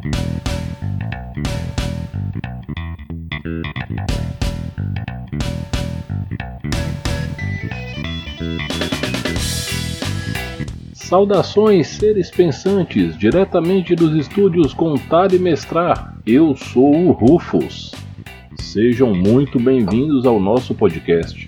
Saudações, seres pensantes, diretamente dos estúdios Contar e Mestrar. Eu sou o Rufus. Sejam muito bem-vindos ao nosso podcast.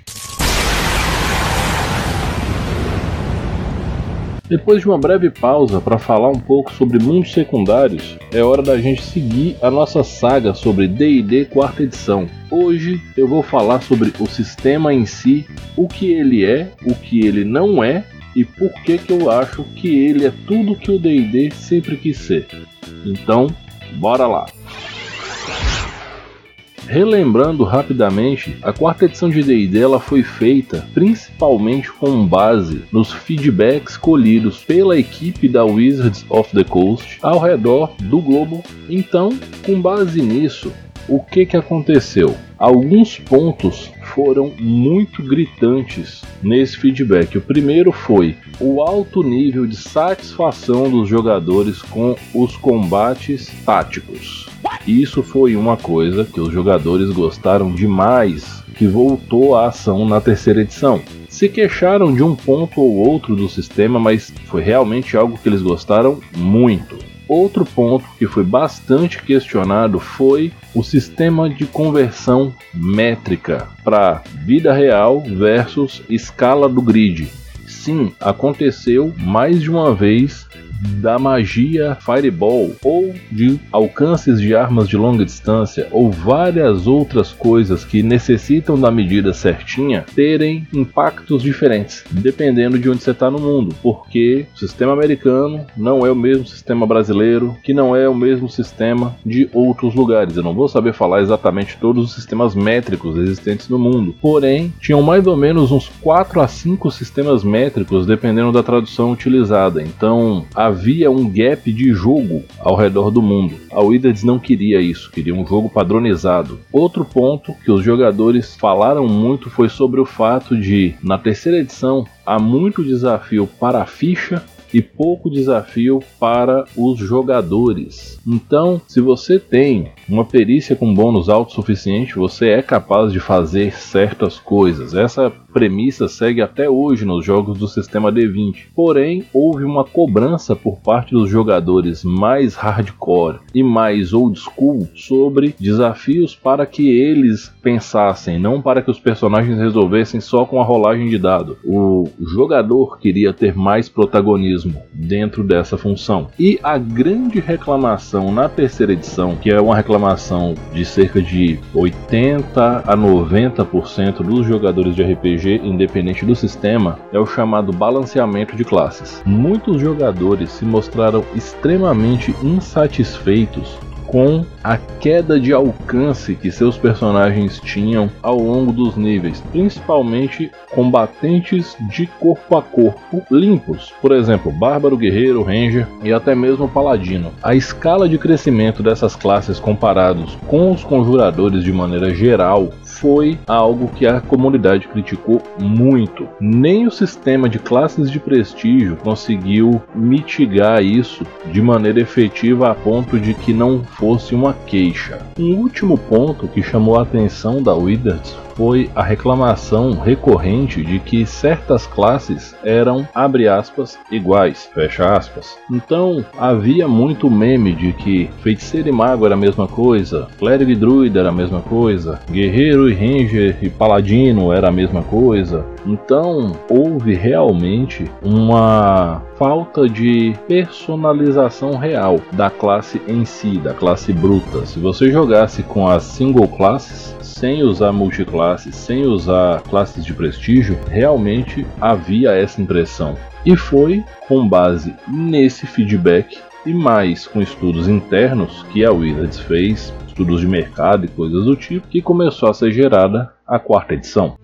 Depois de uma breve pausa para falar um pouco sobre mundos secundários, é hora da gente seguir a nossa saga sobre D&D 4ª edição. Hoje eu vou falar sobre o sistema em si, o que ele é, o que ele não é, e por que eu acho que ele é tudo que o D&D sempre quis ser. Então, bora lá! Relembrando rapidamente, a 4ª edição de D&D ela foi feita principalmente com base nos feedbacks colhidos pela equipe da Wizards of the Coast ao redor do globo. Então, com base nisso, o que aconteceu? Alguns pontos foram muito gritantes nesse feedback. O primeiro foi o alto nível de satisfação dos jogadores com os combates táticos. Isso foi uma coisa que os jogadores gostaram demais, que voltou à ação na 3ª edição. Se queixaram de um ponto ou outro do sistema, mas foi realmente algo que eles gostaram muito. Outro ponto que foi bastante questionado foi o sistema de conversão métrica para vida real versus escala do grid. Sim, aconteceu mais de uma vez da magia Fireball, ou de alcances de armas de longa distância, ou várias outras coisas que necessitam da medida certinha, terem impactos diferentes, dependendo de onde você está no mundo, porque o sistema americano não é o mesmo sistema brasileiro, que não é o mesmo sistema de outros lugares. Eu não vou saber falar exatamente todos os sistemas métricos existentes no mundo, porém, tinham mais ou menos uns 4 a 5 sistemas métricos, dependendo da tradução utilizada. Então, havia um gap de jogo ao redor do mundo. A Wizards não queria isso, queria um jogo padronizado. Outro ponto que os jogadores falaram muito foi sobre o fato de, na 3ª edição, há muito desafio para a ficha e pouco desafio para os jogadores. Então, se você tem uma perícia com bônus alto suficiente, você é capaz de fazer certas coisas. Essa premissa segue até hoje nos jogos do sistema D20. Porém, houve uma cobrança por parte dos jogadores mais hardcore e mais old school sobre desafios para que eles pensassem, não para que os personagens resolvessem só com a rolagem de dado. O jogador queria ter mais protagonismo dentro dessa função. E a grande reclamação na 3ª edição, que é uma reclamação de cerca de 80 a 90% dos jogadores de RPG, independente do sistema, é o chamado balanceamento de classes. Muitos jogadores se mostraram extremamente insatisfeitos com a queda de alcance que seus personagens tinham ao longo dos níveis, principalmente combatentes de corpo a corpo limpos, por exemplo, bárbaro, guerreiro, ranger e até mesmo paladino. A escala de crescimento dessas classes comparados com os conjuradores de maneira geral foi algo que a comunidade criticou muito. Nem o sistema de classes de prestígio conseguiu mitigar isso de maneira efetiva a ponto de que não fosse uma queixa. Um último ponto que chamou a atenção da Wizards foi a reclamação recorrente de que certas classes eram, abre aspas, iguais, fecha aspas. Então havia muito meme de que feiticeiro e mago era a mesma coisa, clérigo e druida era a mesma coisa, guerreiro e ranger e paladino era a mesma coisa. Então houve realmente uma falta de personalização real da classe em si, da classe bruta. Se você jogasse com as single classes, sem usar multiclasses, sem usar classes de prestígio, realmente havia essa impressão. E foi com base nesse feedback e mais com estudos internos que a Wizards fez, estudos de mercado e coisas do tipo, que começou a ser gerada a 4ª edição.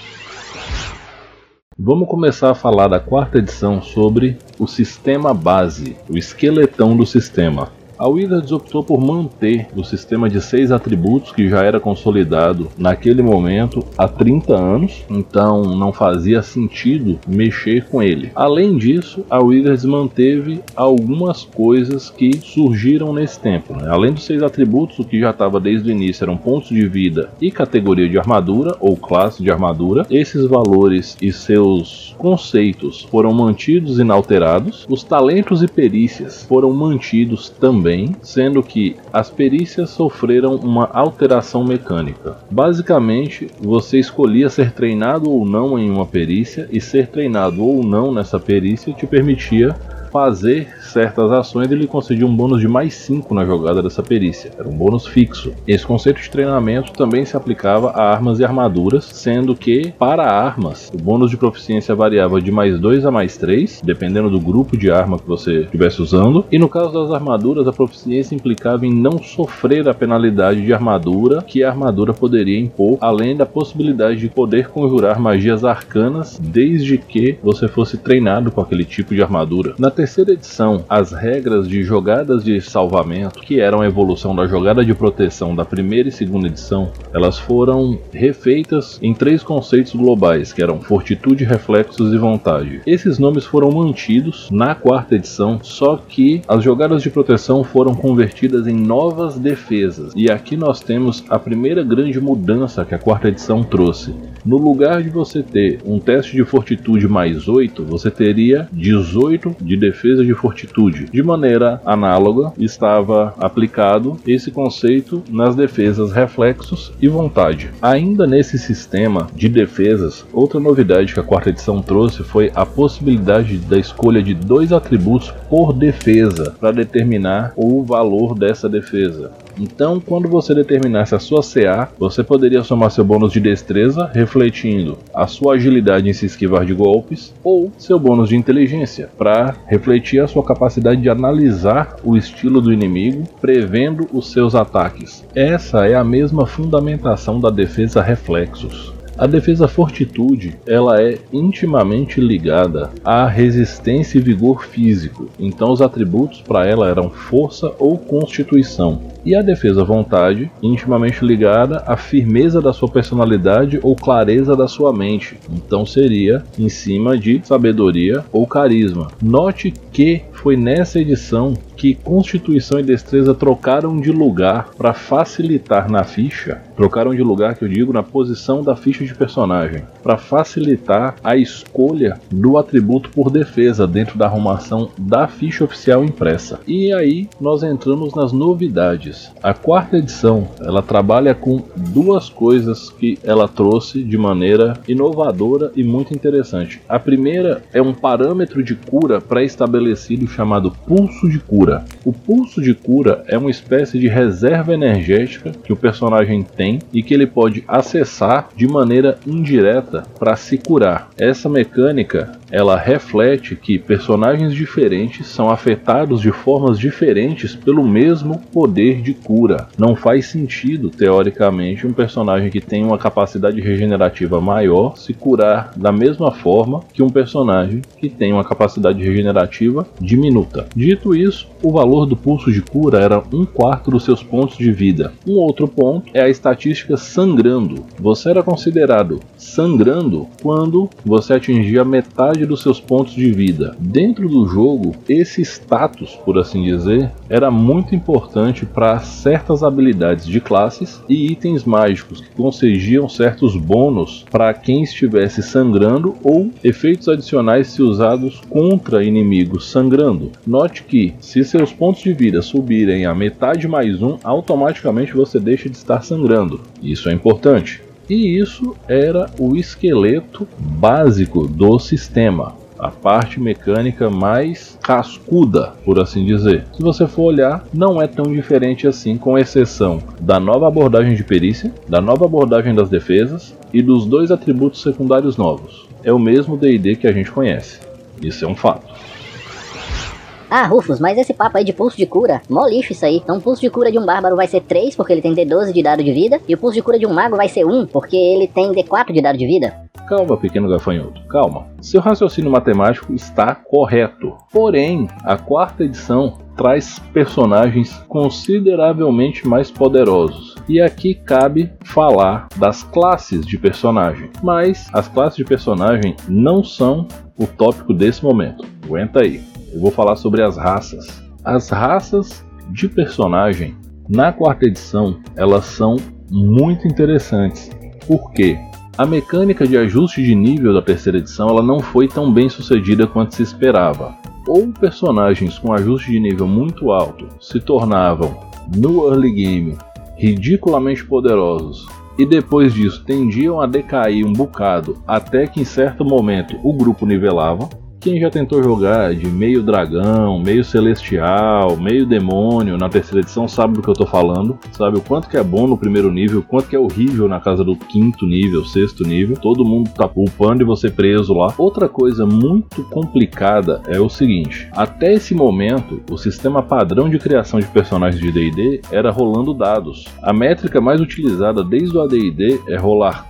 Vamos começar a falar da 4ª edição sobre o sistema base, o esqueletão do sistema. A Wizards optou por manter o sistema de 6 atributos que já era consolidado naquele momento há 30 anos, então não fazia sentido mexer com ele. Além disso, a Wizards manteve algumas coisas que surgiram nesse tempo, né? Além dos 6 atributos, o que já estava desde o início eram pontos de vida e categoria de armadura ou classe de armadura. Esses valores e seus conceitos foram mantidos inalterados. Os talentos e perícias foram mantidos também, sendo que as perícias sofreram uma alteração mecânica. Basicamente, você escolhia ser treinado ou não em uma perícia, e ser treinado ou não nessa perícia te permitia fazer certas ações e lhe concedia um bônus de mais 5 na jogada dessa perícia. Era um bônus fixo. Esse conceito de treinamento também se aplicava a armas e armaduras, sendo que, para armas, o bônus de proficiência variava de mais 2 a mais 3, dependendo do grupo de arma que você estivesse usando. E no caso das armaduras, a proficiência implicava em não sofrer a penalidade de armadura que a armadura poderia impor, além da possibilidade de poder conjurar magias arcanas, desde que você fosse treinado com aquele tipo de armadura. Na terceira edição, as regras de jogadas de salvamento, que eram a evolução da jogada de proteção da primeira e segunda edição, elas foram refeitas em 3 conceitos globais, que eram fortitude, reflexos e vontade. Esses nomes foram mantidos na quarta edição, só que as jogadas de proteção foram convertidas em novas defesas. E aqui nós temos a primeira grande mudança que a quarta edição trouxe. No lugar de você ter um teste de fortitude mais 8, você teria 18 de defesa de fortitude. De maneira análoga, estava aplicado esse conceito nas defesas reflexos e vontade. Ainda nesse sistema de defesas, outra novidade que a quarta edição trouxe foi a possibilidade da escolha de 2 atributos por defesa para determinar o valor dessa defesa. Então, quando você determinasse a sua CA, você poderia somar seu bônus de destreza, refletindo a sua agilidade em se esquivar de golpes, ou seu bônus de inteligência, para refletir a sua capacidade de analisar o estilo do inimigo, prevendo os seus ataques. Essa é a mesma fundamentação da defesa reflexos. A defesa fortitude, ela é intimamente ligada à resistência e vigor físico, então os atributos para ela eram força ou constituição. E a defesa vontade, intimamente ligada à firmeza da sua personalidade ou clareza da sua mente, então seria em cima de sabedoria ou carisma. Note que foi nessa edição que Constituição e Destreza trocaram de lugar para facilitar na ficha. Trocaram de lugar, que eu digo, na posição da ficha de personagem, para facilitar a escolha do atributo por defesa dentro da arrumação da ficha oficial impressa. E aí nós entramos nas novidades. A quarta edição, ela trabalha com 2 coisas que ela trouxe de maneira inovadora e muito interessante. A primeira é um parâmetro de cura pré-estabelecido chamado pulso de cura. O pulso de cura é uma espécie de reserva energética que o personagem tem e que ele pode acessar de maneira indireta para se curar. Essa mecânica, ela reflete que personagens diferentes são afetados de formas diferentes pelo mesmo poder de cura. Não faz sentido, teoricamente, um personagem que tem uma capacidade regenerativa maior se curar da mesma forma que um personagem que tem uma capacidade regenerativa diminuta. Dito isso, o valor do pulso de cura era 1/4 dos seus pontos de vida. Um outro ponto é a estatística sangrando. Você era considerado sangrando quando você atingia metade dos seus pontos de vida. Dentro do jogo, esse status, por assim dizer, era muito importante para certas habilidades de classes e itens mágicos que concediam certos bônus para quem estivesse sangrando ou efeitos adicionais se usados contra inimigos sangrando. Note que, se seus pontos de vida subirem a metade mais 1, automaticamente você deixa de estar sangrando. Isso é importante. E isso era o esqueleto básico do sistema, a parte mecânica mais cascuda, por assim dizer. Se você for olhar, não é tão diferente assim, com exceção da nova abordagem de perícia, da nova abordagem das defesas e dos 2 atributos secundários novos. É o mesmo D&D que a gente conhece. Isso é um fato. Ah, Rufus, mas esse papo aí de pulso de cura, mó lixo isso aí. Então o pulso de cura de um bárbaro vai ser 3, porque ele tem D12 de dado de vida, e o pulso de cura de um mago vai ser 1, porque ele tem D4 de dado de vida. Calma, pequeno gafanhoto, calma. Seu raciocínio matemático está correto. Porém, a quarta edição traz personagens consideravelmente mais poderosos. E aqui cabe falar das classes de personagem, mas as classes de personagem não são o tópico desse momento. Aguenta aí, eu vou falar sobre as raças. As raças de personagem na quarta edição, elas são muito interessantes. Por quê? A mecânica de ajuste de nível da terceira edição ela não foi tão bem sucedida quanto se esperava. Ou personagens com ajuste de nível muito alto se tornavam, no early game, ridiculamente poderosos e depois disso tendiam a decair um bocado até que em certo momento o grupo nivelava. Quem já tentou jogar de meio dragão, meio celestial, meio demônio na terceira edição sabe do que eu tô falando, sabe o quanto que é bom no primeiro nível, o quanto que é horrível na casa do quinto nível, sexto nível, todo mundo tá upando e você preso lá. Outra coisa muito complicada é o seguinte, até esse momento o sistema padrão de criação de personagens de D&D era rolando dados. A métrica mais utilizada desde o AD&D é rolar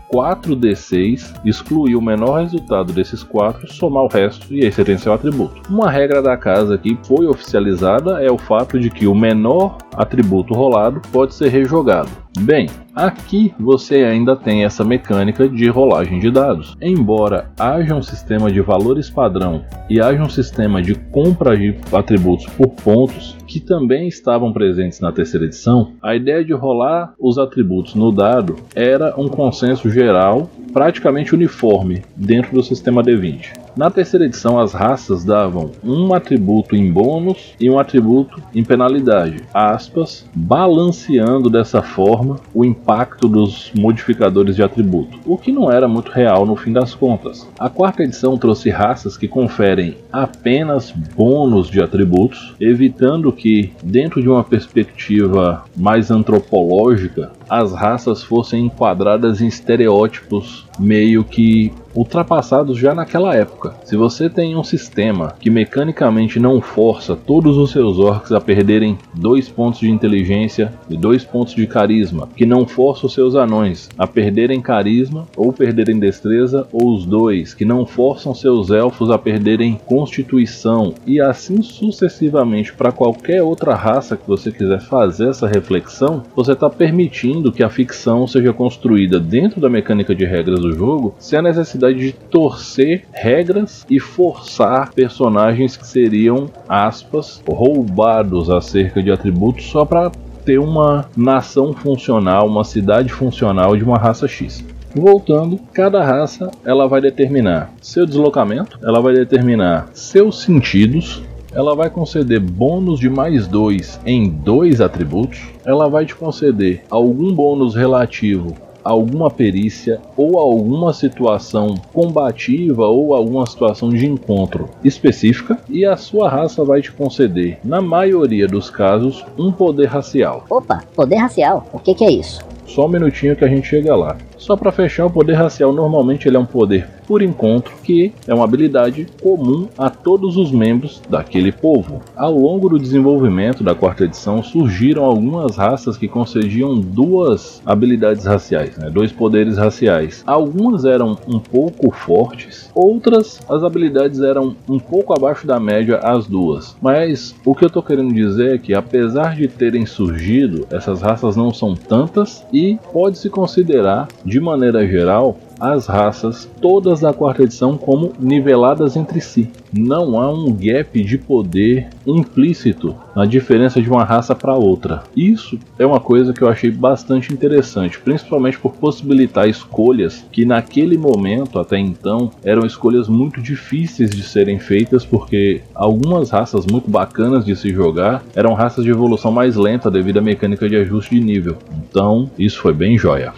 4d6, excluir o menor resultado desses 4, somar o resto e aí você tem seu atributo. Uma regra da casa que foi oficializada é o fato de que o menor atributo rolado pode ser rejogado. Bem, aqui você ainda tem essa mecânica de rolagem de dados. Embora haja um sistema de valores padrão e haja um sistema de compra de atributos por pontos, que também estavam presentes na terceira edição, a ideia de rolar os atributos no dado era um consenso geral, praticamente uniforme, dentro do sistema D20. Na terceira edição, as raças davam um atributo em bônus e um atributo em penalidade, aspas, balanceando dessa forma o impacto dos modificadores de atributo, o que não era muito real no fim das contas. A quarta edição trouxe raças que conferem apenas bônus de atributos, evitando que, dentro de uma perspectiva mais antropológica, as raças fossem enquadradas em estereótipos meio que ultrapassados já naquela época. Se você tem um sistema que mecanicamente não força todos os seus orcs a perderem 2 pontos de inteligência e 2 pontos de carisma, que não força os seus anões a perderem carisma ou perderem destreza ou os dois, que não forçam seus elfos a perderem constituição e assim sucessivamente para qualquer outra raça que você quiser fazer essa reflexão, você está permitindo que a ficção seja construída dentro da mecânica de regras do jogo sem a necessidade de torcer regras e forçar personagens que seriam, aspas, roubados acerca de atributos só para ter uma nação funcional, uma cidade funcional de uma raça X. Voltando, cada raça ela vai determinar seu deslocamento, ela vai determinar seus sentidos, ela vai conceder bônus de mais 2 em 2 atributos, ela vai te conceder algum bônus relativo a alguma perícia ou alguma situação combativa ou alguma situação de encontro específica, e a sua raça vai te conceder, na maioria dos casos, um poder racial. Opa, poder racial? O que é isso? Só um minutinho que a gente chega lá. Só para fechar, o poder racial normalmente ele é um poder por encontro, que é uma habilidade comum a todos os membros daquele povo. Ao longo do desenvolvimento da quarta edição, surgiram algumas raças que concediam 2 habilidades raciais, 2 poderes raciais. Algumas eram um pouco fortes, outras as habilidades eram um pouco abaixo da média as duas. Mas o que eu estou querendo dizer é que, apesar de terem surgido, essas raças não são tantas e pode-se considerar, de maneira geral, as raças todas da quarta edição como niveladas entre si. Não há um gap de poder implícito na diferença de uma raça para outra. Isso é uma coisa que eu achei bastante interessante, principalmente por possibilitar escolhas que naquele momento, até então, eram escolhas muito difíceis de serem feitas, porque algumas raças muito bacanas de se jogar eram raças de evolução mais lenta devido à mecânica de ajuste de nível. Então, isso foi bem joia.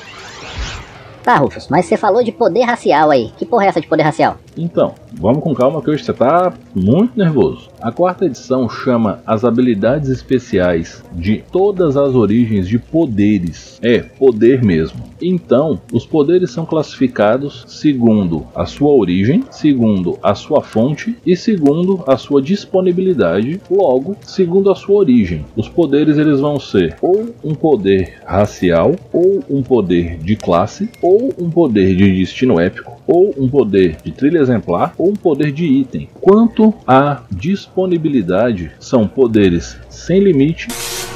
Tá, Rufus, mas você falou de poder racial aí. Que porra é essa de poder racial? Então, vamos com calma que hoje você tá muito nervoso. A quarta edição chama as habilidades especiais de todas as origens de poderes. É, poder mesmo. Então, os poderes são classificados segundo a sua origem, segundo a sua fonte e segundo a sua disponibilidade, logo, segundo a sua origem. Os poderes eles vão ser ou um poder racial, ou um poder de classe, ou um poder de destino épico, ou um poder de trilhas exemplar ou um poder de item. Quanto à disponibilidade, são poderes sem limite,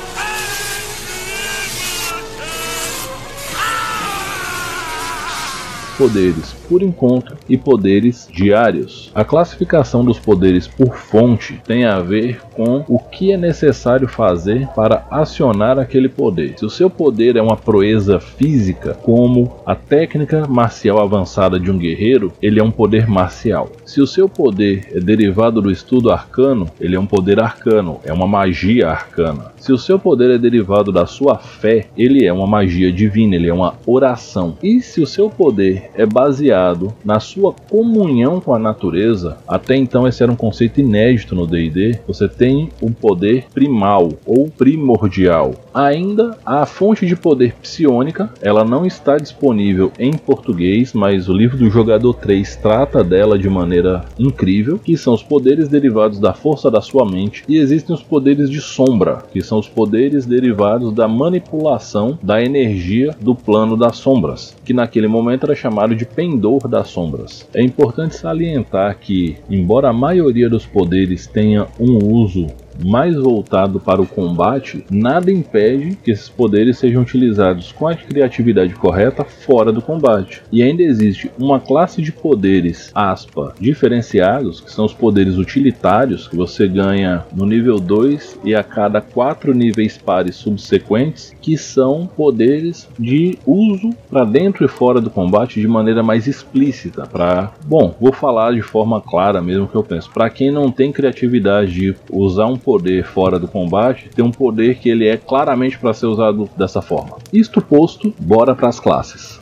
poderes por encontro e poderes diários. A classificação dos poderes por fonte tem a ver com o que é necessário fazer para acionar aquele poder. Se o seu poder é uma proeza física, como a técnica marcial avançada de um guerreiro, ele é um poder marcial. Se o seu poder é derivado do estudo arcano, ele é um poder arcano, é uma magia arcana. Se o seu poder é derivado da sua fé, ele é uma magia divina, ele é uma oração. E se o seu poder é baseado na sua comunhão com a natureza, até então esse era um conceito inédito no D&D, você tem um poder primal ou primordial. Ainda a fonte de poder psionica, ela não está disponível em português, mas o livro do Jogador 3 trata dela de maneira incrível, que são os poderes derivados da força da sua mente, e existem os poderes de sombra, que são os poderes derivados da manipulação da energia do plano das sombras, que naquele momento era chamado de pendor das sombras. É importante salientar que, embora a maioria dos poderes tenha um uso mais voltado para o combate, nada impede que esses poderes sejam utilizados com a criatividade correta fora do combate. E ainda existe uma classe de poderes, diferenciados, que são os poderes utilitários, que você ganha no nível 2 e a cada 4 níveis pares subsequentes, que são poderes de uso para dentro e fora do combate de maneira mais explícita. Vou falar de forma clara mesmo que eu penso. Para quem não tem criatividade de usar um poder fora do combate, tem um poder que ele é claramente para ser usado dessa forma. Isto posto, bora para as classes.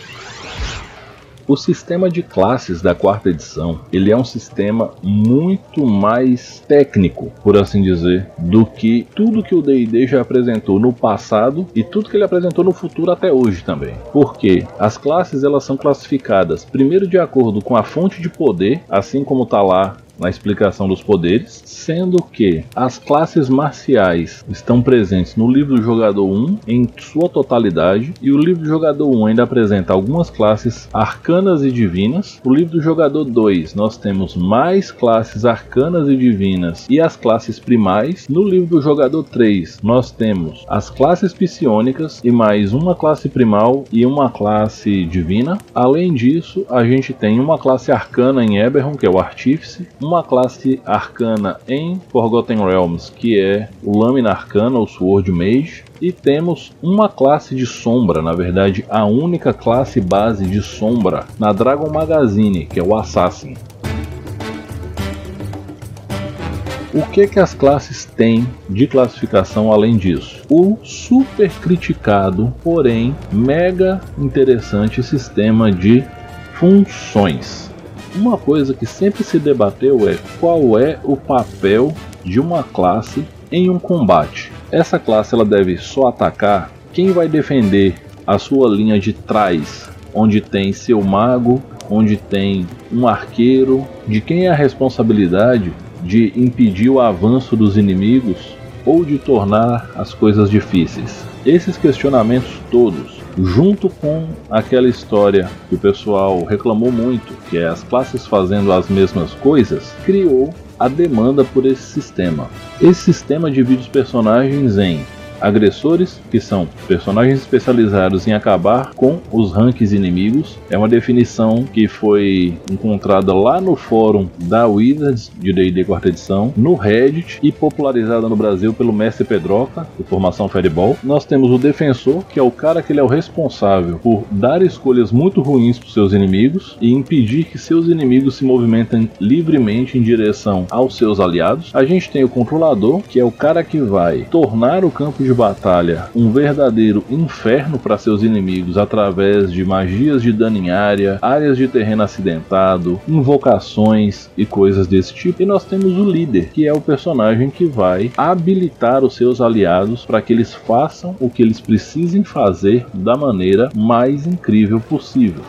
O sistema de classes da quarta edição, ele é um sistema muito mais técnico, por assim dizer, do que tudo que o D&D já apresentou no passado e tudo que ele apresentou no futuro até hoje também. Porque as classes elas são classificadas primeiro de acordo com a fonte de poder, assim como está lá na explicação dos poderes, sendo que as classes marciais estão presentes no livro do jogador 1 em sua totalidade, e o livro do jogador 1 ainda apresenta algumas classes arcanas e divinas. No livro do jogador 2 nós temos mais classes arcanas e divinas e as classes primais. No livro do jogador 3 nós temos as classes psionicas e mais uma classe primal e uma classe divina. Além disso, a gente tem uma classe arcana em Eberron, que é o Artífice, uma classe arcana em Forgotten Realms, que é o Lâmina Arcana, o Sword Mage, e temos uma classe de sombra, na verdade a única classe base de sombra na Dragon Magazine, que é o Assassin. O que as classes têm de classificação além disso? O super criticado, porém mega interessante sistema de funções. Uma coisa que sempre se debateu é qual é o papel de uma classe em um combate. Essa classe ela deve só atacar? Quem vai defender a sua linha de trás, onde tem seu mago, onde tem um arqueiro? De quem é a responsabilidade de impedir o avanço dos inimigos ou de tornar as coisas difíceis? Esses questionamentos todos, junto com aquela história que o pessoal reclamou muito, que é as classes fazendo as mesmas coisas, criou a demanda por esse sistema. Esse sistema divide os personagens em agressores, que são personagens especializados em acabar com os ranks inimigos. É uma definição que foi encontrada lá no fórum da Wizards de D&D 4ª edição, no Reddit, e popularizada no Brasil pelo Mestre Pedroca, de formação Fireball. Nós temos o defensor, que é o cara que ele é o responsável por dar escolhas muito ruins para os seus inimigos e impedir que seus inimigos se movimentem livremente em direção aos seus aliados. A gente tem o controlador, que é o cara que vai tornar o campo de batalha um verdadeiro inferno para seus inimigos através de magias de dano em área, áreas de terreno acidentado, invocações e coisas desse tipo. E nós temos o líder, que é o personagem que vai habilitar os seus aliados para que eles façam o que eles precisem fazer da maneira mais incrível possível.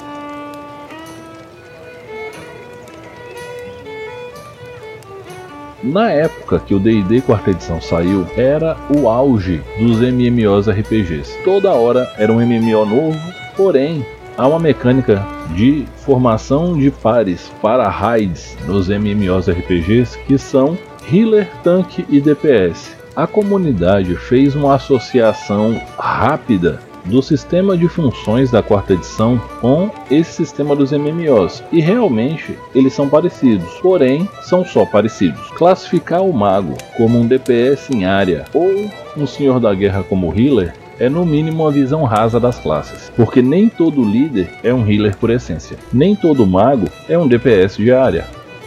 Na época que o D&D 4ª edição saiu, era o auge dos MMOs RPGs. Toda hora era um MMO novo, porém, há uma mecânica de formação de pares para raids nos MMORPGs que são Healer, Tanque e DPS. A comunidade fez uma associação rápida do sistema de funções da quarta edição com esse sistema dos MMOs, e realmente eles são parecidos, porém são só parecidos. Classificar o mago como um DPS em área ou um senhor da guerra como healer é no mínimo uma visão rasa das classes, porque nem todo líder é um healer por essência, nem todo mago é um DPS de área.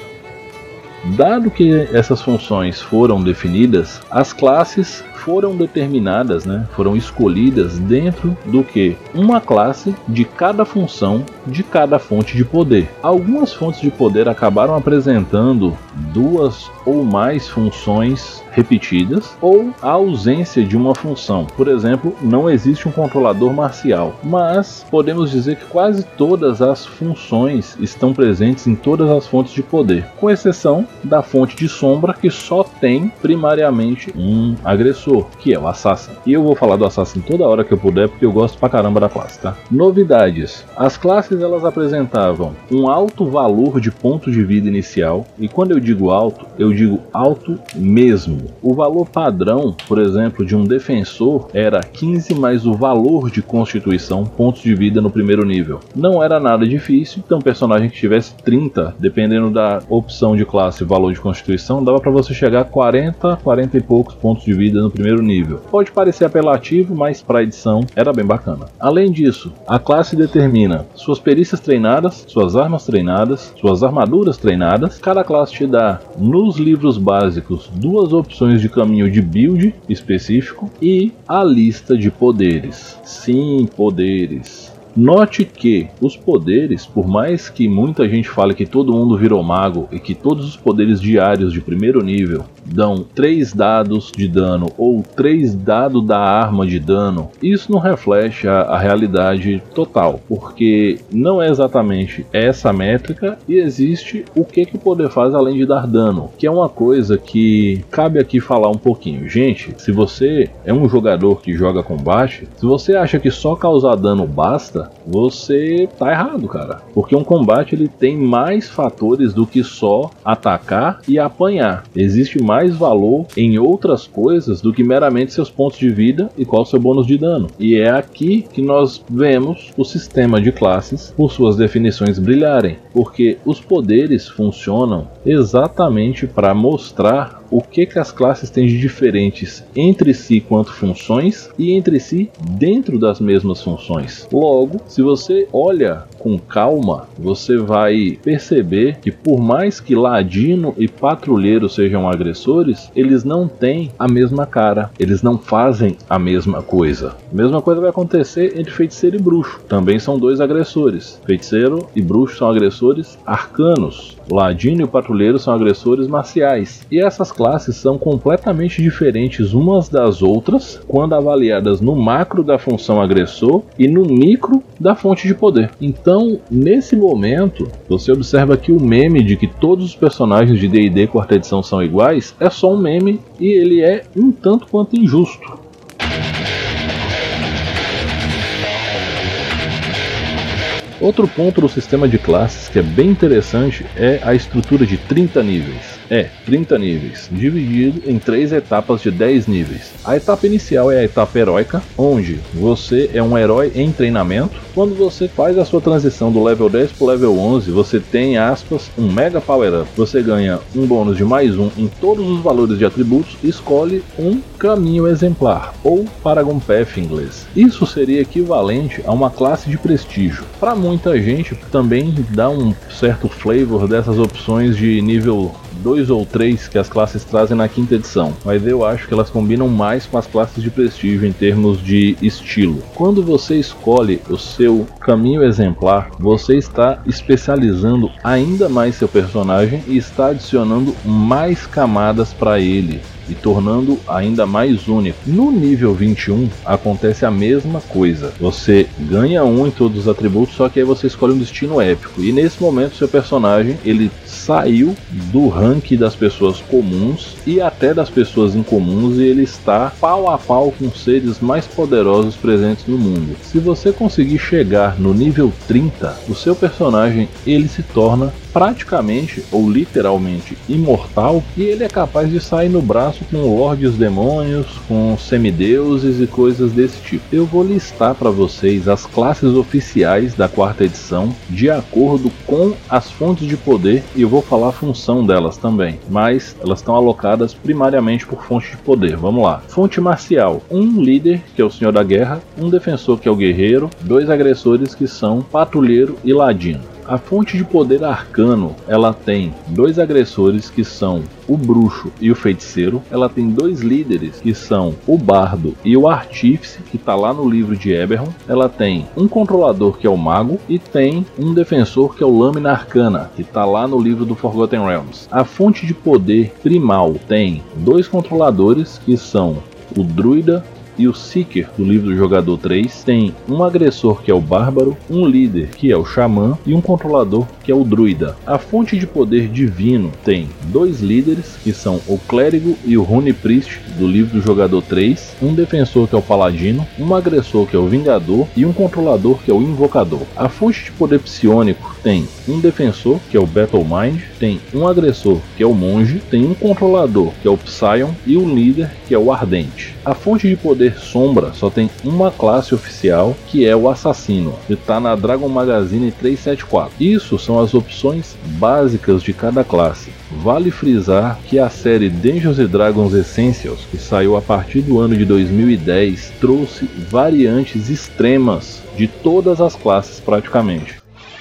Dado que essas funções foram definidas, as classes foram determinadas, foram escolhidas dentro do que? Uma classe de cada função de cada fonte de poder. Algumas fontes de poder acabaram apresentando duas ou mais funções repetidas ou a ausência de uma função. Por exemplo, não existe um controlador marcial, mas podemos dizer que quase todas as funções estão presentes em todas as fontes de poder, com exceção da fonte de sombra, que só tem primariamente um agressor, que é o Assassin. E eu vou falar do Assassin toda hora que eu puder, porque eu gosto pra caramba da classe, tá? Novidades. As classes elas apresentavam um alto valor de ponto de vida inicial, e quando eu digo alto mesmo. O valor padrão, por exemplo, de um defensor era 15 mais o valor de constituição, pontos de vida no primeiro nível. Não era nada difícil, então um personagem que tivesse 30, dependendo da opção de classe e valor de constituição, dava para você chegar a 40 e poucos pontos de vida no primeiro nível. Pode parecer apelativo, mas para a edição era bem bacana. Além disso, a classe determina suas perícias treinadas, suas armas treinadas, suas armaduras treinadas. Cada classe te dá, nos livros básicos, duas opções de caminho de build específico e a lista de poderes. Sim, poderes. Note que os poderes, por mais que muita gente fale que todo mundo virou mago e que todos os poderes diários de primeiro nível dão 3 dados de dano ou 3 dados da arma de dano, isso não reflete a realidade total, porque não é exatamente essa métrica e existe o que o poder faz além de dar dano, que é uma coisa que cabe aqui falar um pouquinho. Gente, se você é um jogador que joga combate, se você acha que só causar dano basta, você tá errado, cara, porque um combate ele tem mais fatores do que só atacar e apanhar. Existe mais valor em outras coisas do que meramente seus pontos de vida e qual o seu bônus de dano. E é aqui que nós vemos o sistema de classes por suas definições brilharem, porque os poderes funcionam exatamente para mostrar o que as classes têm de diferentes entre si quanto funções e entre si dentro das mesmas funções. Logo, se você olha com calma, você vai perceber que por mais que ladino e patrulheiro sejam agressores, eles não têm a mesma cara, eles não fazem a mesma coisa. A mesma coisa vai acontecer entre feiticeiro e bruxo, também são dois agressores. Feiticeiro e bruxo são agressores arcanos, ladino e patrulheiro são agressores marciais. E essas classes são completamente diferentes umas das outras quando avaliadas no macro da função agressor e no micro da fonte de poder. Então, nesse momento, você observa que o meme de que todos os personagens de D&D quarta edição são iguais é só um meme e ele é um tanto quanto injusto. Outro ponto do sistema de classes que é bem interessante é a estrutura de 30 níveis. 30 níveis, dividido em 3 etapas de 10 níveis. A etapa inicial é a etapa heróica, onde você é um herói em treinamento. Quando você faz a sua transição do level 10 para o level 11, você tem, aspas, um mega power up. Você ganha um bônus de mais 1 em todos os valores de atributos e escolhe um caminho exemplar, ou Paragon Path em inglês. Isso seria equivalente a uma classe de prestígio. Para muita gente também dá um certo flavor dessas opções de nível 2 ou 3 que as classes trazem na quinta edição, mas eu acho que elas combinam mais com as classes de prestígio em termos de estilo. Quando você escolhe o seu caminho exemplar, você está especializando ainda mais seu personagem e está adicionando mais camadas para ele e tornando ainda mais único. No nível 21 acontece a mesma coisa. Você ganha 1 em todos os atributos, só que aí você escolhe um destino épico. E nesse momento seu personagem ele saiu do ranking das pessoas comuns e até até das pessoas incomuns, e ele está pau a pau com os seres mais poderosos presentes no mundo. Se você conseguir chegar no nível 30, o seu personagem ele se torna praticamente ou literalmente imortal, e ele é capaz de sair no braço com lordes demônios, com semideuses e coisas desse tipo. Eu vou listar para vocês as classes oficiais da quarta edição de acordo com as fontes de poder, e eu vou falar a função delas também, mas elas estão alocadas primariamente por fonte de poder. Vamos lá. Fonte marcial: um líder, que é o senhor da guerra, um defensor, que é o guerreiro, dois agressores, que são patrulheiro e ladino. A fonte de poder arcano, ela tem dois agressores, que são o bruxo e o feiticeiro. Ela tem dois líderes, que são o bardo e o artífice, que está lá no livro de Eberron. Ela tem um controlador, que é o mago, e tem um defensor, que é o lâmina arcana, que está lá no livro do Forgotten Realms. A fonte de poder primal tem dois controladores, que são o druida e o Seeker, do livro do Jogador 3, tem um agressor, que é o Bárbaro, um líder, que é o Xamã, e um controlador, que é o Druida. A fonte de poder divino tem dois líderes, que são o Clérigo e o Rune Priest, do livro do Jogador 3, um defensor, que é o Paladino, um agressor, que é o Vingador, e um controlador, que é o Invocador. A fonte de poder psiônico tem um defensor, que é o Battle Mind, tem um agressor, que é o Monge, tem um controlador, que é o Psion, e um líder, que é o Ardente. A fonte de poder sombra só tem uma classe oficial, que é o Assassino, que está na Dragon Magazine 374. Isso são as opções básicas de cada classe. Vale frisar que a série Dungeons & Dragons Essentials, que saiu a partir do ano de 2010, trouxe variantes extremas de todas as classes praticamente.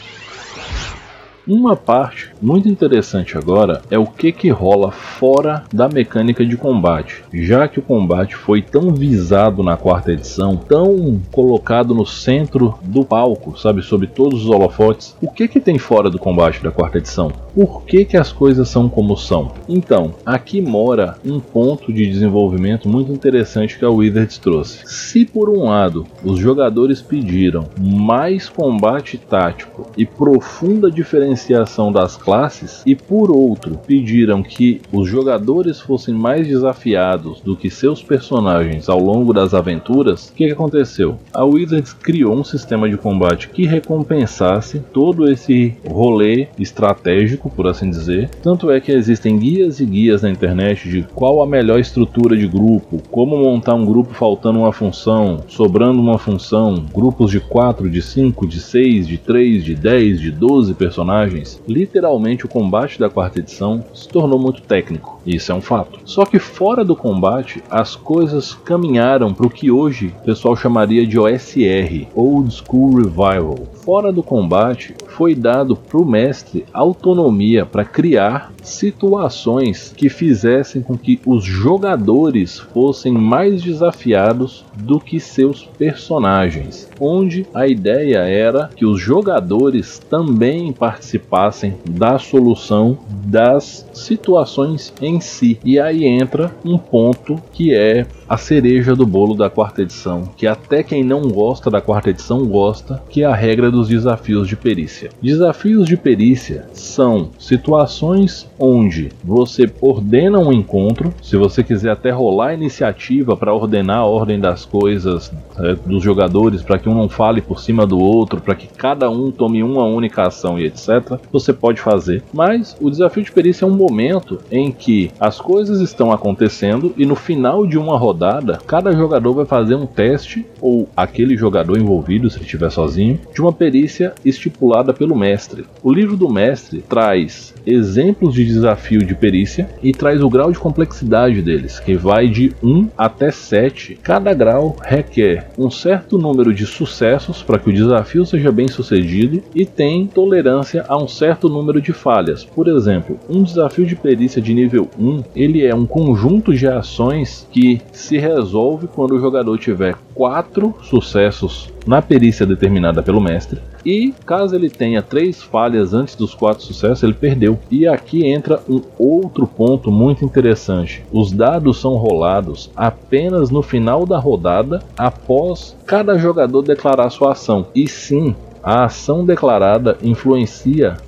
Uma parte muito interessante agora é o que rola fora da mecânica de combate, já que o combate foi tão visado na quarta edição, tão colocado no centro do palco, sabe, sob todos os holofotes. O que tem fora do combate da quarta edição? Por que as coisas são como são? Então, aqui mora um ponto de desenvolvimento muito interessante que a Wizards trouxe. Se por um lado os jogadores pediram mais combate tático e profunda diferenciação das classes, e por outro pediram que os jogadores fossem mais desafiados do que seus personagens ao longo das aventuras, o que aconteceu? A Wizards criou um sistema de combate que recompensasse todo esse rolê estratégico, por assim dizer. Tanto é que existem guias e guias na internet de qual a melhor estrutura de grupo, como montar um grupo faltando uma função, sobrando uma função, grupos de 4, de 5, de 6, de 3, de 10, de 12 personagens. Literalmente o combate da quarta edição se tornou muito técnico, isso é um fato. Só que fora do combate as coisas caminharam para o que hoje o pessoal chamaria de OSR, Old School Revival. Fora do combate foi dado para o mestre autonomia para criar situações que fizessem com que os jogadores fossem mais desafiados do que seus personagens, onde a ideia era que os jogadores também participassem da solução das situações em si. E aí entra um ponto que é a cereja do bolo da quarta edição, que até quem não gosta da quarta edição gosta, que é a regra dos desafios de perícia. Desafios de perícia são situações onde você ordena um encontro. Se você quiser até rolar a iniciativa para ordenar a ordem das coisas dos jogadores, para que um não fale por cima do outro, para que cada um tome uma única ação e etc, você pode fazer. Mas o desafio de perícia é um momento em que as coisas estão acontecendo e no final de uma rodada, cada jogador vai fazer um teste, ou aquele jogador envolvido, se ele estiver sozinho, de uma perícia estipulada pelo mestre. O livro do mestre traz exemplos de desafio de perícia e traz o grau de complexidade deles, que vai de 1 até 7. Cada grau requer um certo número de sucessos para que o desafio seja bem sucedido e tem tolerância a um certo número de falhas. Por exemplo, um desafio de perícia de nível 1, ele é um conjunto de ações que se resolve quando o jogador tiver 4 sucessos na perícia determinada pelo mestre, e caso ele tenha 3 falhas antes dos 4 sucessos, ele perdeu. E aqui entra um outro ponto muito interessante: os dados são rolados apenas no final da rodada, após cada jogador declarar sua ação. E sim, a ação declarada influencia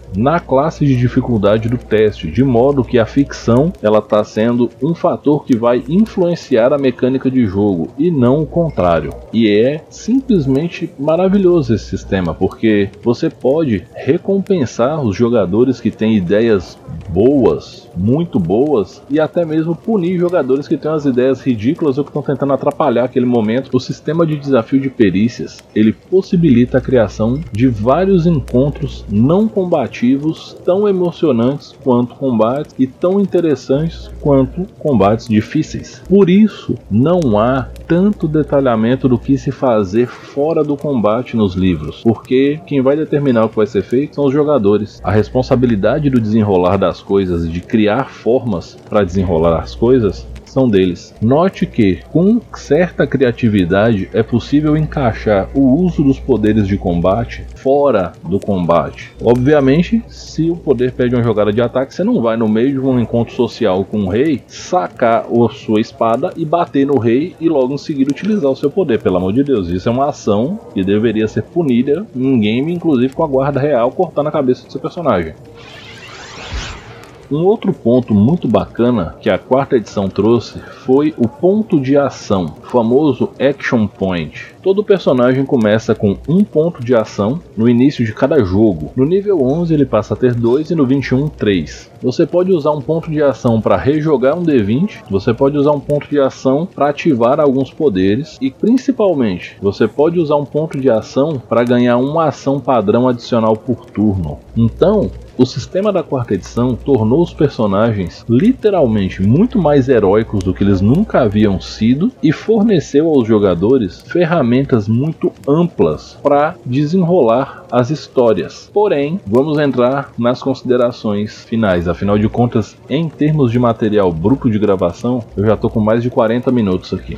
na classe de dificuldade do teste, de modo que a ficção ela está sendo um fator que vai influenciar a mecânica de jogo e não o contrário. E é simplesmente maravilhoso esse sistema, porque você pode recompensar os jogadores que têm ideias boas, muito boas, e até mesmo punir jogadores que têm umas ideias ridículas ou que estão tentando atrapalhar aquele momento. O sistema de desafio de perícias, ele possibilita a criação de vários encontros não combativos, tão emocionantes quanto combates e tão interessantes quanto combates difíceis. Por isso, não há tanto detalhamento do que se fazer fora do combate nos livros, porque quem vai determinar o que vai ser feito são os jogadores. A responsabilidade do desenrolar das coisas e de criar formas para desenrolar as coisas são deles. Note que, com certa criatividade, é possível encaixar o uso dos poderes de combate fora do combate. Obviamente, se o poder pede uma jogada de ataque, você não vai no meio de um encontro social com o rei, sacar a sua espada e bater no rei e logo em seguida utilizar o seu poder. Pelo amor de Deus, isso é uma ação que deveria ser punida em game, inclusive com a guarda real cortando a cabeça do seu personagem. Um outro ponto muito bacana que a quarta edição trouxe foi o ponto de ação, o famoso Action Point. Todo personagem começa com um ponto de ação no início de cada jogo. No nível 11 ele passa a ter 2 e no 21 3. Você pode usar um ponto de ação para rejogar um D20, você pode usar um ponto de ação para ativar alguns poderes e principalmente você pode usar um ponto de ação para ganhar uma ação padrão adicional por turno. Então, o sistema da quarta edição tornou os personagens literalmente muito mais heróicos do que eles nunca haviam sido e forneceu aos jogadores ferramentas muito amplas para desenrolar as histórias. Porém, vamos entrar nas considerações finais. Afinal de contas, em termos de material bruto de gravação, eu já estou com mais de 40 minutos aqui.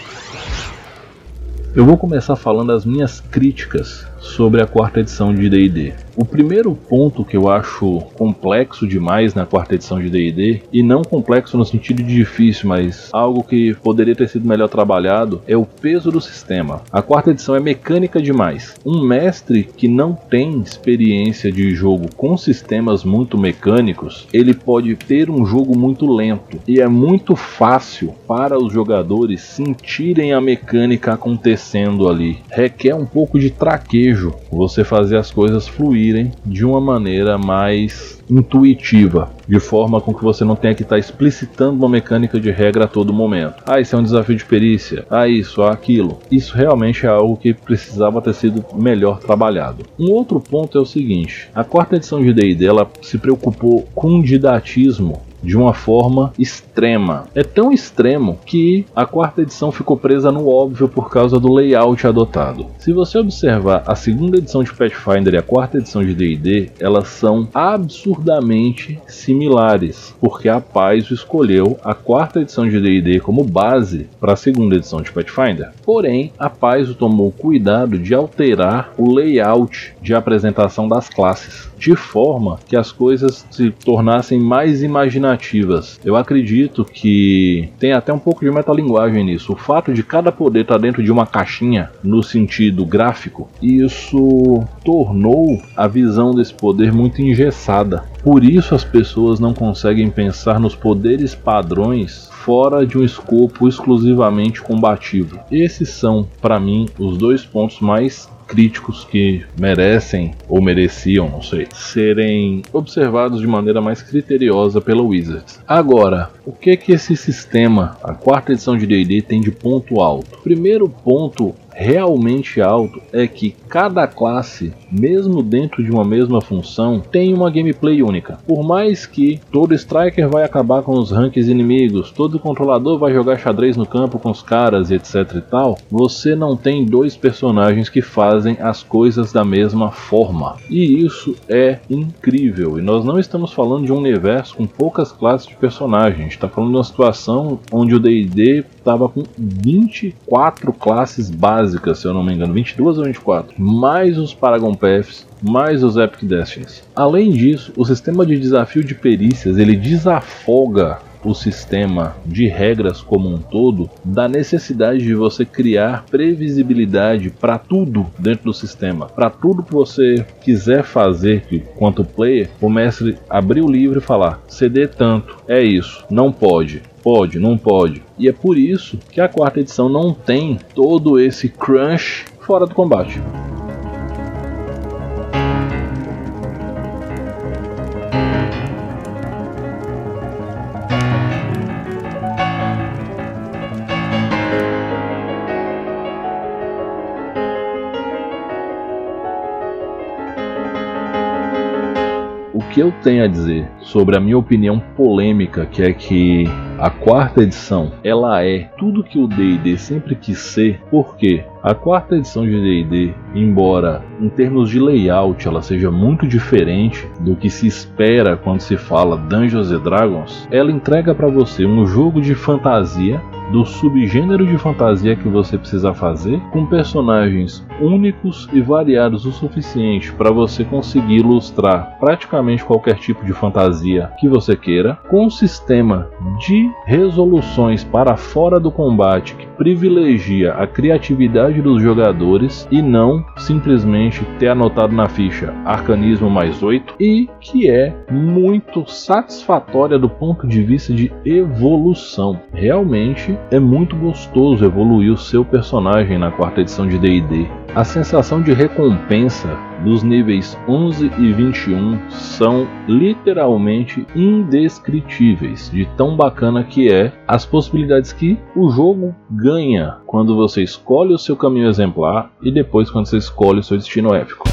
Eu vou começar falando as minhas críticas sobre a quarta edição de D&D. O primeiro ponto que eu acho complexo demais na quarta edição de D&D, e não complexo no sentido de difícil, mas algo que poderia ter sido melhor trabalhado, é o peso do sistema. A quarta edição é mecânica demais. Um mestre que não tem experiência de jogo com sistemas muito mecânicos, ele pode ter um jogo muito lento, e é muito fácil para os jogadores sentirem a mecânica acontecendo ali. Requer um pouco de traquejo você fazer as coisas fluírem de uma maneira mais intuitiva, de forma com que você não tenha que estar explicitando uma mecânica de regra a todo momento. Isso é um desafio de perícia, isso, aquilo. Isso realmente é algo que precisava ter sido melhor trabalhado. Um outro ponto é o seguinte: a quarta edição de D&D ela se preocupou com o didatismo de uma forma extrema. É tão extremo que a quarta edição ficou presa no óbvio por causa do layout adotado. Se você observar a segunda edição de Pathfinder e a quarta edição de D&D, elas são absurdamente similares, porque a Paizo escolheu a quarta edição de D&D como base para a segunda edição de Pathfinder. Porém, a Paizo tomou cuidado de alterar o layout de apresentação das classes, de forma que as coisas se tornassem mais imaginativas. Eu acredito que tem até um pouco de metalinguagem nisso. O fato de cada poder estar dentro de uma caixinha, no sentido gráfico, isso tornou a visão desse poder muito engessada. Por isso as pessoas não conseguem pensar nos poderes padrões fora de um escopo exclusivamente combativo. Esses são, para mim, os dois pontos mais críticos que merecem, ou mereciam, não sei, serem observados de maneira mais criteriosa pela Wizards. Agora, o que esse sistema, a quarta edição de D&D, tem de ponto alto? Primeiro ponto realmente alto é que cada classe, mesmo dentro de uma mesma função, tem uma gameplay única. Por mais que todo Striker vai acabar com os ranks inimigos, todo controlador vai jogar xadrez no campo com os caras e etc e tal, você não tem dois personagens que fazem as coisas da mesma forma. E isso é incrível. E nós não estamos falando de um universo com poucas classes de personagens. A gente está falando de uma situação onde o D&D estava com 24 classes básicas, se eu não me engano, 22 ou 24, mais os Paragon Paths, mais os Epic Destinies. Além disso, o sistema de desafio de perícias, ele desafoga o sistema de regras como um todo, da necessidade de você criar previsibilidade para tudo dentro do sistema, para tudo que você quiser fazer enquanto player, o mestre abrir o livro e falar, CD tanto, é isso, não pode. Pode, não pode. E é por isso que a quarta edição não tem todo esse crunch fora do combate. O que eu tenho a dizer sobre a minha opinião polêmica, que é que a quarta edição, ela é tudo que o D&D sempre quis ser, porque a quarta edição de D&D, embora em termos de layout ela seja muito diferente do que se espera quando se fala Dungeons & Dragons, ela entrega para você um jogo de fantasia, do subgênero de fantasia que você precisa fazer, com personagens únicos e variados o suficiente para você conseguir ilustrar praticamente qualquer tipo de fantasia que você queira, com um sistema de resoluções para fora do combate que privilegia a criatividade dos jogadores e não simplesmente ter anotado na ficha arcanismo mais 8, e que é muito satisfatória do ponto de vista de evolução. Realmente é muito gostoso evoluir o seu personagem na quarta edição de D&D. A sensação de recompensa dos níveis 11 e 21 são literalmente indescritíveis, de tão bacana que é as possibilidades que o jogo ganha quando você escolhe o seu caminho exemplar e depois quando você escolhe o seu destino épico.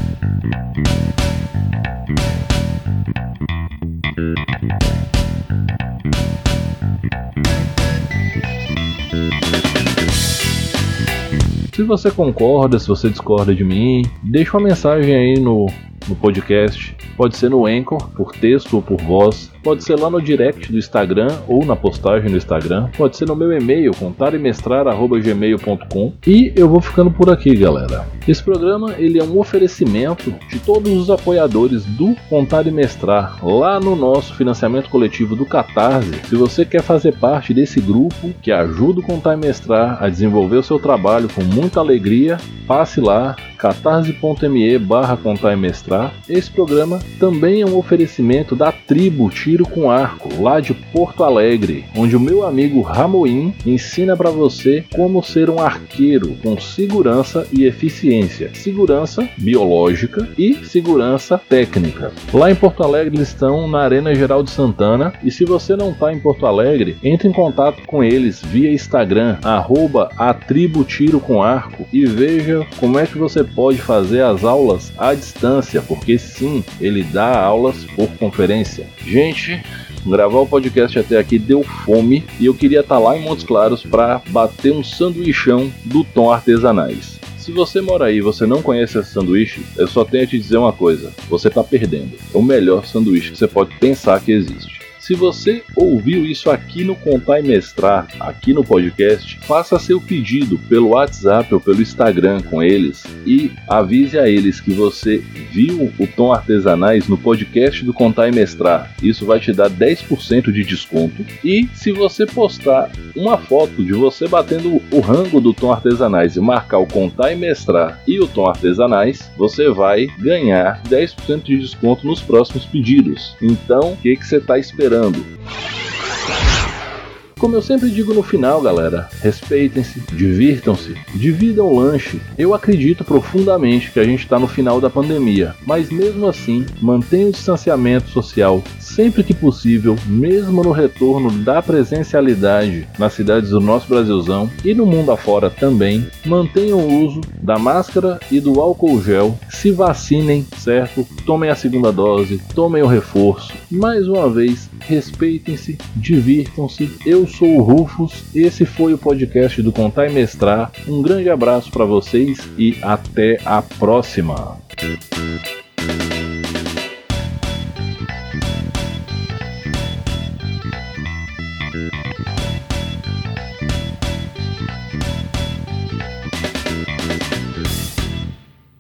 Se você concorda, se você discorda de mim, deixa uma mensagem aí no podcast. Pode ser no Anchor, por texto ou por voz. Pode ser lá no direct do Instagram ou na postagem do Instagram. Pode ser no meu e-mail, contarimestrar@gmail.com. E eu vou ficando por aqui, galera. Esse programa ele é um oferecimento de todos os apoiadores do Contar e Mestrar lá no nosso financiamento coletivo do Catarse. Se você quer fazer parte desse grupo que ajuda o Contar e Mestrar a desenvolver o seu trabalho com muita alegria, passe lá, catarse.me/Contar e Mestrar. Esse programa também é um oferecimento da tribo Tiro com Arco, lá de Porto Alegre, onde o meu amigo Ramoim ensina para você como ser um arqueiro com segurança e eficiência, segurança biológica e segurança técnica. Lá em Porto Alegre eles estão na Arena Geraldo Santana, e se você não está em Porto Alegre, entre em contato com eles via Instagram, @atributirocomarco, e veja como é que você pode fazer as aulas à distância, porque sim, ele dá aulas por conferência. Gente, gravar o podcast até aqui deu fome e eu queria estar lá em Montes Claros para bater um sanduichão do Tom Artesanais. Se você mora aí e você não conhece esse sanduíche, eu só tenho a te dizer uma coisa: você está perdendo. É o melhor sanduíche que você pode pensar que existe. Se você ouviu isso aqui no Contar e Mestrar, aqui no podcast, faça seu pedido pelo WhatsApp ou pelo Instagram com eles e avise a eles que você viu o Tom Artesanais no podcast do Contar e Mestrar. Isso vai te dar 10% de desconto. E se você postar uma foto de você batendo o rango do Tom Artesanais e marcar o Contar e Mestrar e o Tom Artesanais, você vai ganhar 10% de desconto nos próximos pedidos. Então, o que você está esperando? Como eu sempre digo no final, galera, respeitem-se, divirtam-se, dividam o lanche. Eu acredito profundamente que a gente está no final da pandemia, mas mesmo assim, mantenha o distanciamento social sempre que possível, mesmo no retorno da presencialidade nas cidades do nosso Brasilzão e no mundo afora também. Mantenham o uso da máscara e do álcool gel, se vacinem, certo? Tomem a segunda dose, tomem o reforço. Mais uma vez, respeitem-se, divirtam-se. Eu sou o Rufus, esse foi o podcast do Contar e Mestrar. Um grande abraço para vocês e até a próxima!